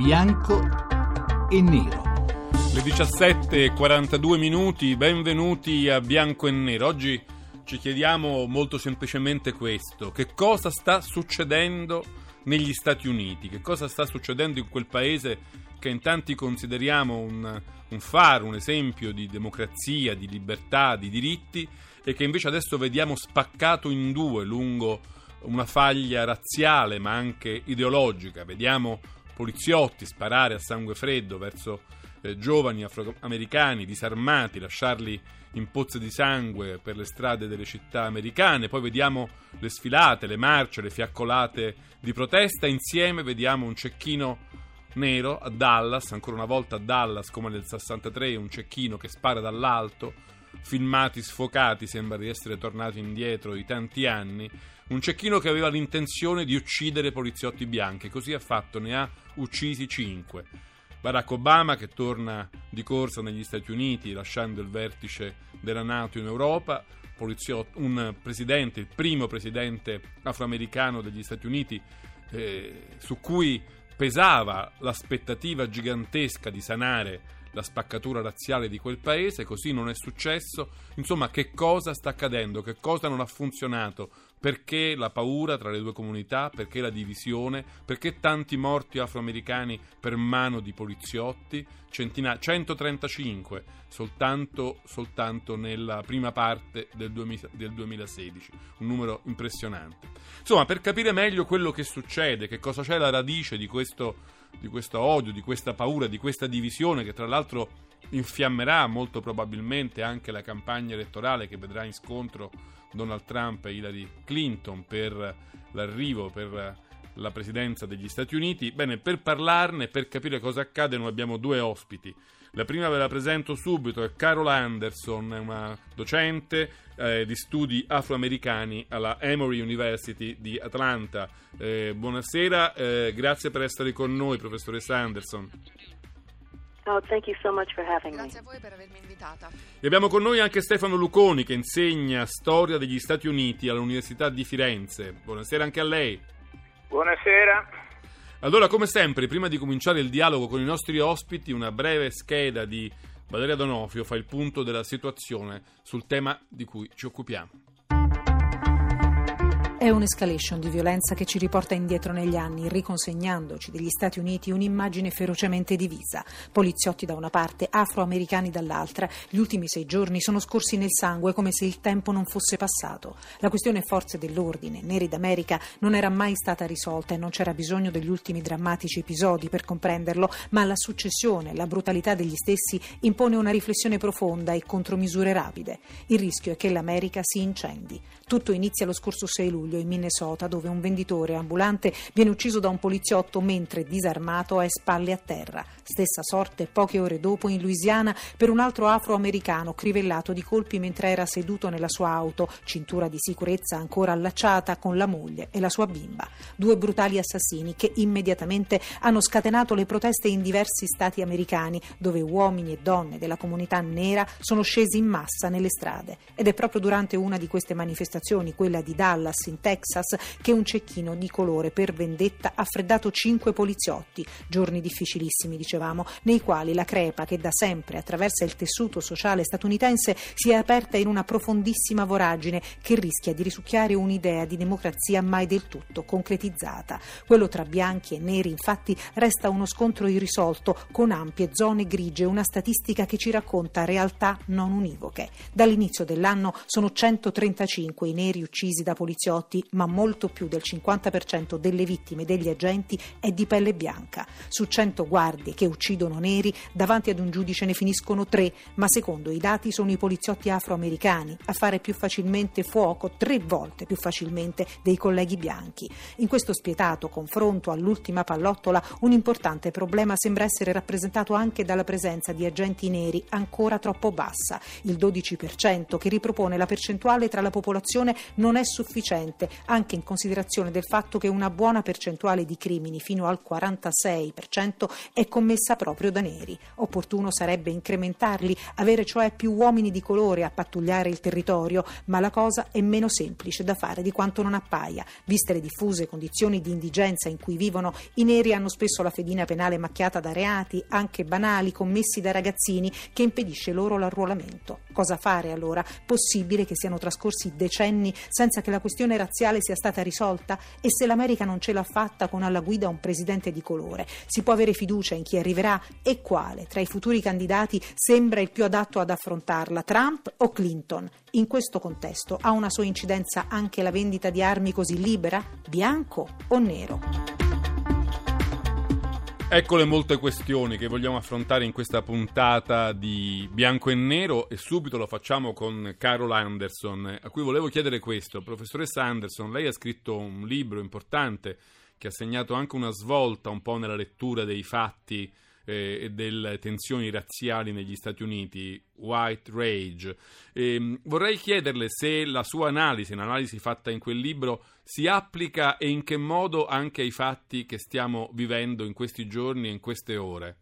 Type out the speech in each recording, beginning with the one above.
bianco e nero. Le 17:42 minuti, benvenuti a Bianco e Nero. Oggi ci chiediamo molto semplicemente questo: che cosa sta succedendo negli Stati Uniti? Che cosa sta succedendo in quel paese che in tanti consideriamo un faro, un esempio di democrazia, di libertà, di diritti, e che invece adesso vediamo spaccato in due lungo una faglia razziale ma anche ideologica. Vediamo poliziotti sparare a sangue freddo verso giovani afroamericani disarmati, lasciarli in pozze di sangue per le strade delle città americane. Poi vediamo le sfilate, le marce, le fiaccolate di protesta. Insieme vediamo un cecchino nero a Dallas, ancora una volta a Dallas come nel 63, un cecchino che spara dall'alto, filmati sfocati, sembra di essere tornato indietro di tanti anni. Un cecchino che aveva l'intenzione di uccidere poliziotti bianchi, così ha fatto, ne ha uccisi 5. Barack Obama che torna di corsa negli Stati Uniti lasciando il vertice della NATO in Europa, un presidente, il primo presidente afroamericano degli Stati Uniti, su cui pesava l'aspettativa gigantesca di sanare la spaccatura razziale di quel paese. Così non è successo. Insomma, che cosa sta accadendo? Che cosa non ha funzionato? Perché la paura tra le due comunità? Perché la divisione? Perché tanti morti afroamericani per mano di poliziotti? 135 soltanto nella prima parte del 2016, un numero impressionante. Insomma, per capire meglio quello che succede, che cosa c'è alla radice di questo odio, di questa paura, di questa divisione, che tra l'altro infiammerà molto probabilmente anche la campagna elettorale che vedrà in scontro Donald Trump e Hillary Clinton per l'arrivo, per la presidenza degli Stati Uniti. Bene, per parlarne, per capire cosa accade, noi abbiamo due ospiti. La prima ve la presento subito, è Carol Anderson, è una docente di studi afroamericani alla Emory University di Atlanta. Buonasera, grazie per essere con noi, professoressa Anderson. Oh, thank you so much for having me. Grazie a voi per avermi invitata. E abbiamo con noi anche Stefano Luconi, che insegna storia degli Stati Uniti all'Università di Firenze. Buonasera anche a lei. Buonasera. Allora, come sempre, prima di cominciare il dialogo con i nostri ospiti, una breve scheda di Valeria Donofrio fa il punto della situazione sul tema di cui ci occupiamo. È un'escalation di violenza che ci riporta indietro negli anni, riconsegnandoci degli Stati Uniti un'immagine ferocemente divisa. Poliziotti da una parte, afroamericani dall'altra. Gli ultimi 6 giorni sono scorsi nel sangue come se il tempo non fosse passato. La questione forze dell'ordine, neri d'America, non era mai stata risolta e non c'era bisogno degli ultimi drammatici episodi per comprenderlo, ma la successione, la brutalità degli stessi impone una riflessione profonda e contromisure rapide. Il rischio è che l'America si incendi. Tutto inizia lo scorso 6 luglio in Minnesota, dove un venditore ambulante viene ucciso da un poliziotto mentre disarmato è spalle a terra. Stessa sorte poche ore dopo in Louisiana per un altro afroamericano crivellato di colpi mentre era seduto nella sua auto, cintura di sicurezza ancora allacciata, con la moglie e la sua bimba. 2 brutali assassini che immediatamente hanno scatenato le proteste in diversi stati americani, dove uomini e donne della comunità nera sono scesi in massa nelle strade. Ed è proprio durante una di queste manifestazioni, quella di Dallas in Texas, che un cecchino di colore per vendetta ha freddato 5 poliziotti. Giorni difficilissimi, dicevamo, nei quali la crepa che da sempre attraversa il tessuto sociale statunitense si è aperta in una profondissima voragine che rischia di risucchiare un'idea di democrazia mai del tutto concretizzata. Quello tra bianchi e neri, infatti, resta uno scontro irrisolto, con ampie zone grigie, una statistica che ci racconta realtà non univoche. Dall'inizio dell'anno sono 135 i neri uccisi da poliziotti, ma molto più del 50% delle vittime degli agenti è di pelle bianca. Su 100 guardie che uccidono neri, davanti ad un giudice ne finiscono 3, ma secondo i dati sono i poliziotti afroamericani a fare più facilmente fuoco, 3 volte più facilmente dei colleghi bianchi. In questo spietato confronto all'ultima pallottola, un importante problema sembra essere rappresentato anche dalla presenza di agenti neri ancora troppo bassa, il 12%, che ripropone la percentuale tra la popolazione detenzione non è sufficiente, anche in considerazione del fatto che una buona percentuale di crimini, fino al 46%, è commessa proprio da neri. Opportuno sarebbe incrementarli, avere cioè più uomini di colore a pattugliare il territorio, ma la cosa è meno semplice da fare di quanto non appaia. Viste le diffuse condizioni di indigenza in cui vivono, i neri hanno spesso la fedina penale macchiata da reati, anche banali, commessi da ragazzini, che impedisce loro l'arruolamento. Cosa fare allora? Possibile che siano trascorsi decenni senza che la questione razziale sia stata risolta? E se l'America non ce l'ha fatta con alla guida un presidente di colore, si può avere fiducia in chi arriverà? E quale tra i futuri candidati sembra il più adatto ad affrontarla, Trump o Clinton? In questo contesto ha una sua incidenza anche la vendita di armi così libera? Bianco o nero? Ecco le molte questioni che vogliamo affrontare in questa puntata di Bianco e Nero, e subito lo facciamo con Carol Anderson, a cui volevo chiedere questo. Professoressa Anderson, lei ha scritto un libro importante che ha segnato anche una svolta un po' nella lettura dei fatti e delle tensioni razziali negli Stati Uniti, White Rage. Vorrei chiederle se la sua l'analisi fatta in quel libro si applica e in che modo anche ai fatti che stiamo vivendo in questi giorni e in queste ore.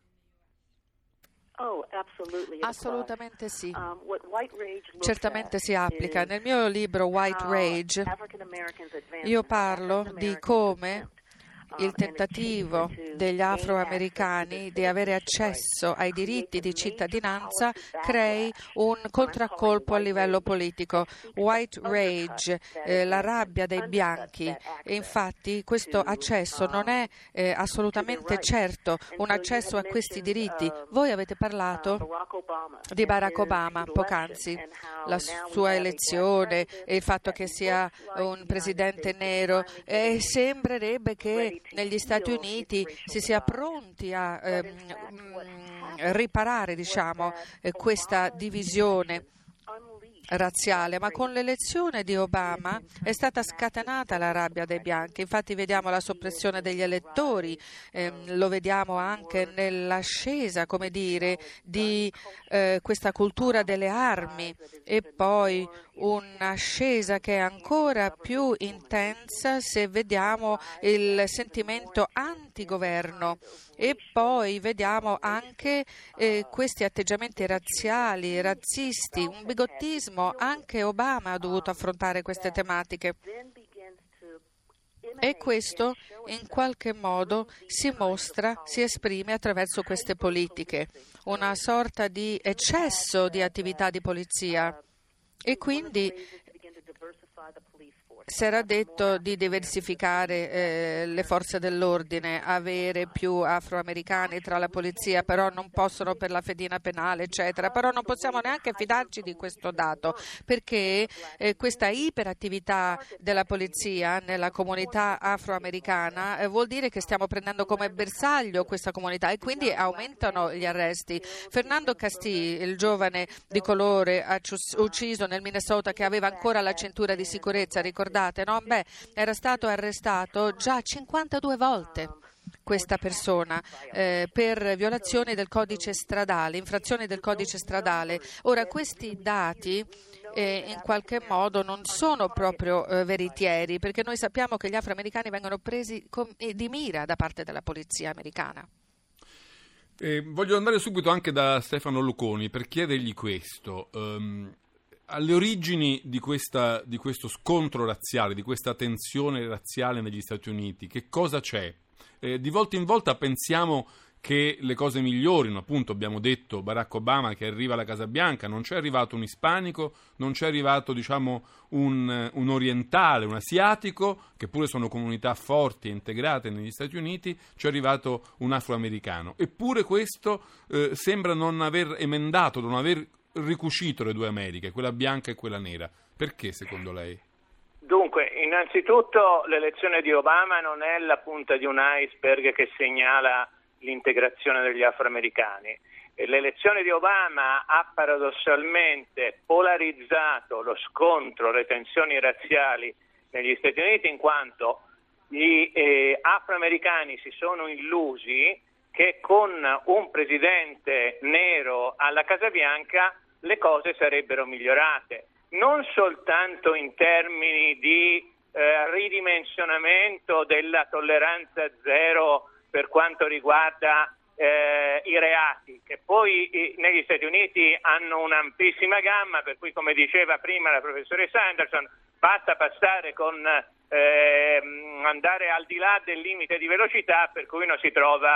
Assolutamente sì. Certamente si applica. Nel mio libro White Rage io parlo di come il tentativo degli afroamericani di avere accesso ai diritti di cittadinanza crei un contraccolpo a livello politico. White rage, la rabbia dei bianchi, e infatti questo accesso non è assolutamente certo, un accesso a questi diritti. Voi avete parlato di Barack Obama poc'anzi, la sua elezione e il fatto che sia un presidente nero, e sembrerebbe che negli Stati Uniti si sia pronti a riparare, questa divisione razziale, ma con l'elezione di Obama è stata scatenata la rabbia dei bianchi. Infatti vediamo la soppressione degli elettori, lo vediamo anche nell'ascesa, di questa cultura delle armi, e poi un'ascesa che è ancora più intensa se vediamo il sentimento antigoverno, e poi vediamo anche questi atteggiamenti razziali, razzisti, un bigottismo. Anche Obama ha dovuto affrontare queste tematiche. E questo in qualche modo si esprime attraverso queste politiche, una sorta di eccesso di attività di polizia. E quindi si era detto di diversificare le forze dell'ordine, avere più afroamericani tra la polizia, però non possono per la fedina penale, eccetera. Però non possiamo neanche fidarci di questo dato, perché questa iperattività della polizia nella comunità afroamericana vuol dire che stiamo prendendo come bersaglio questa comunità, e quindi aumentano gli arresti. Fernando Castile, il giovane di colore ucciso nel Minnesota, che aveva ancora la cintura di sicurezza, ricordate, no? Era stato arrestato già 52 volte questa persona per violazioni del codice stradale, infrazioni del codice stradale. Ora, questi dati in qualche modo non sono proprio veritieri, perché noi sappiamo che gli afroamericani vengono presi di mira da parte della polizia americana. Voglio andare subito anche da Stefano Luconi per chiedergli questo. Alle origini di questo scontro razziale, di questa tensione razziale negli Stati Uniti, che cosa c'è? Di volta in volta pensiamo che le cose migliorino, appunto abbiamo detto Barack Obama che arriva alla Casa Bianca, non c'è arrivato un ispanico, non c'è arrivato un orientale, un asiatico, che pure sono comunità forti e integrate negli Stati Uniti, c'è arrivato un afroamericano. Eppure questo sembra non aver emendato, non aver ricucito le due Americhe, quella bianca e quella nera. Perché secondo lei? Dunque, innanzitutto l'elezione di Obama non è la punta di un iceberg che segnala l'integrazione degli afroamericani. L'elezione di Obama ha paradossalmente polarizzato lo scontro, le tensioni razziali negli Stati Uniti, in quanto gli afroamericani si sono illusi che con un presidente nero alla Casa Bianca le cose sarebbero migliorate. non soltanto in termini di ridimensionamento della tolleranza zero per quanto riguarda i reati, che poi negli Stati Uniti hanno un'ampissima gamma, per cui, come diceva prima la professoressa Anderson, basta passare con andare al di là del limite di velocità, per cui uno si trova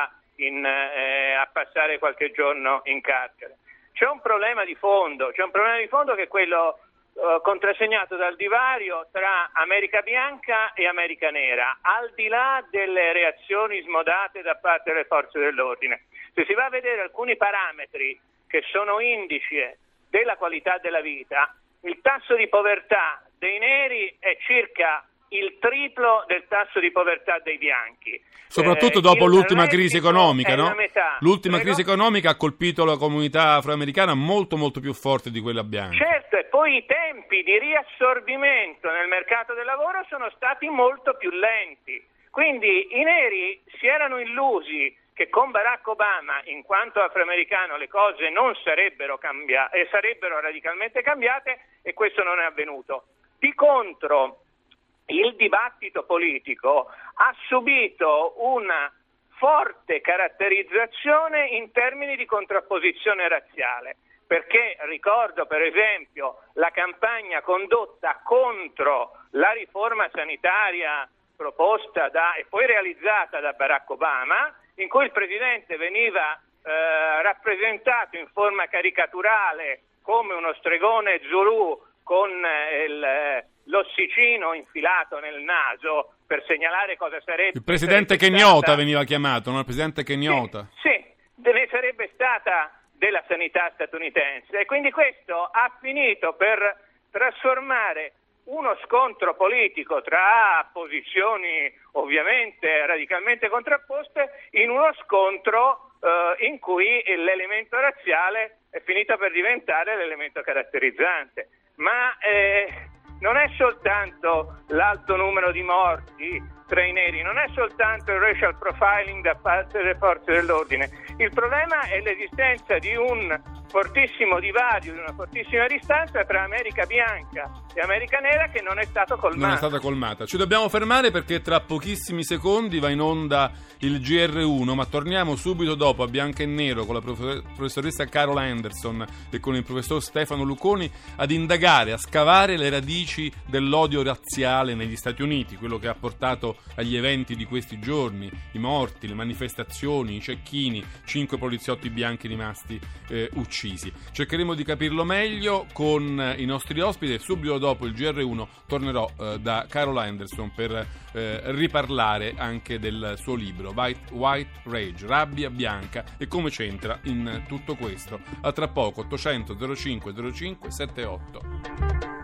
a passare qualche giorno in carcere. C'è un problema di fondo che è quello contrassegnato dal divario tra America bianca e America nera, al di là delle reazioni smodate da parte delle forze dell'ordine. Se si va a vedere alcuni parametri che sono indice della qualità della vita, il tasso di povertà dei neri è circa il triplo del tasso di povertà dei bianchi. Soprattutto dopo l'ultima crisi economica, no? L'ultima crisi economica ha colpito la comunità afroamericana molto molto più forte di quella bianca. Certo, e poi i tempi di riassorbimento nel mercato del lavoro sono stati molto più lenti. Quindi i neri si erano illusi che con Barack Obama, in quanto afroamericano, le cose non sarebbero cambiate e sarebbero radicalmente cambiate, e questo non è avvenuto. Di contro, il dibattito politico ha subito una forte caratterizzazione in termini di contrapposizione razziale, perché ricordo per esempio la campagna condotta contro la riforma sanitaria proposta e poi realizzata da Barack Obama, in cui il presidente veniva rappresentato in forma caricaturale come uno stregone Zulu con l'ossicino infilato nel naso per segnalare cosa sarebbe. Il presidente Kenyatta veniva chiamato, no? Il presidente Kenyatta. Sì, ne sarebbe stata della sanità statunitense, e quindi questo ha finito per trasformare uno scontro politico tra posizioni ovviamente radicalmente contrapposte in uno scontro in cui l'elemento razziale è finito per diventare l'elemento caratterizzante. Ma non è soltanto l'alto numero di morti tra i neri, non è soltanto il racial profiling da parte delle forze dell'ordine. Il problema è l'esistenza di un fortissimo divario, di una fortissima distanza tra America bianca e America nera che non è stato colmata. Non è stata colmata. Ci dobbiamo fermare perché tra pochissimi secondi va in onda il GR1, ma torniamo subito dopo a Bianco e Nero con la professoressa Carol Anderson e con il professor Stefano Luconi ad indagare, a scavare le radici dell'odio razziale negli Stati Uniti, quello che ha portato agli eventi di questi giorni, i morti, le manifestazioni, i cecchini, 5 poliziotti bianchi rimasti uccisi. Cercheremo di capirlo meglio con i nostri ospiti e subito dopo il GR1 tornerò da Carol Anderson per riparlare anche del suo libro White Rage, rabbia bianca, e come c'entra in tutto questo. A tra poco. 800 05 05 78.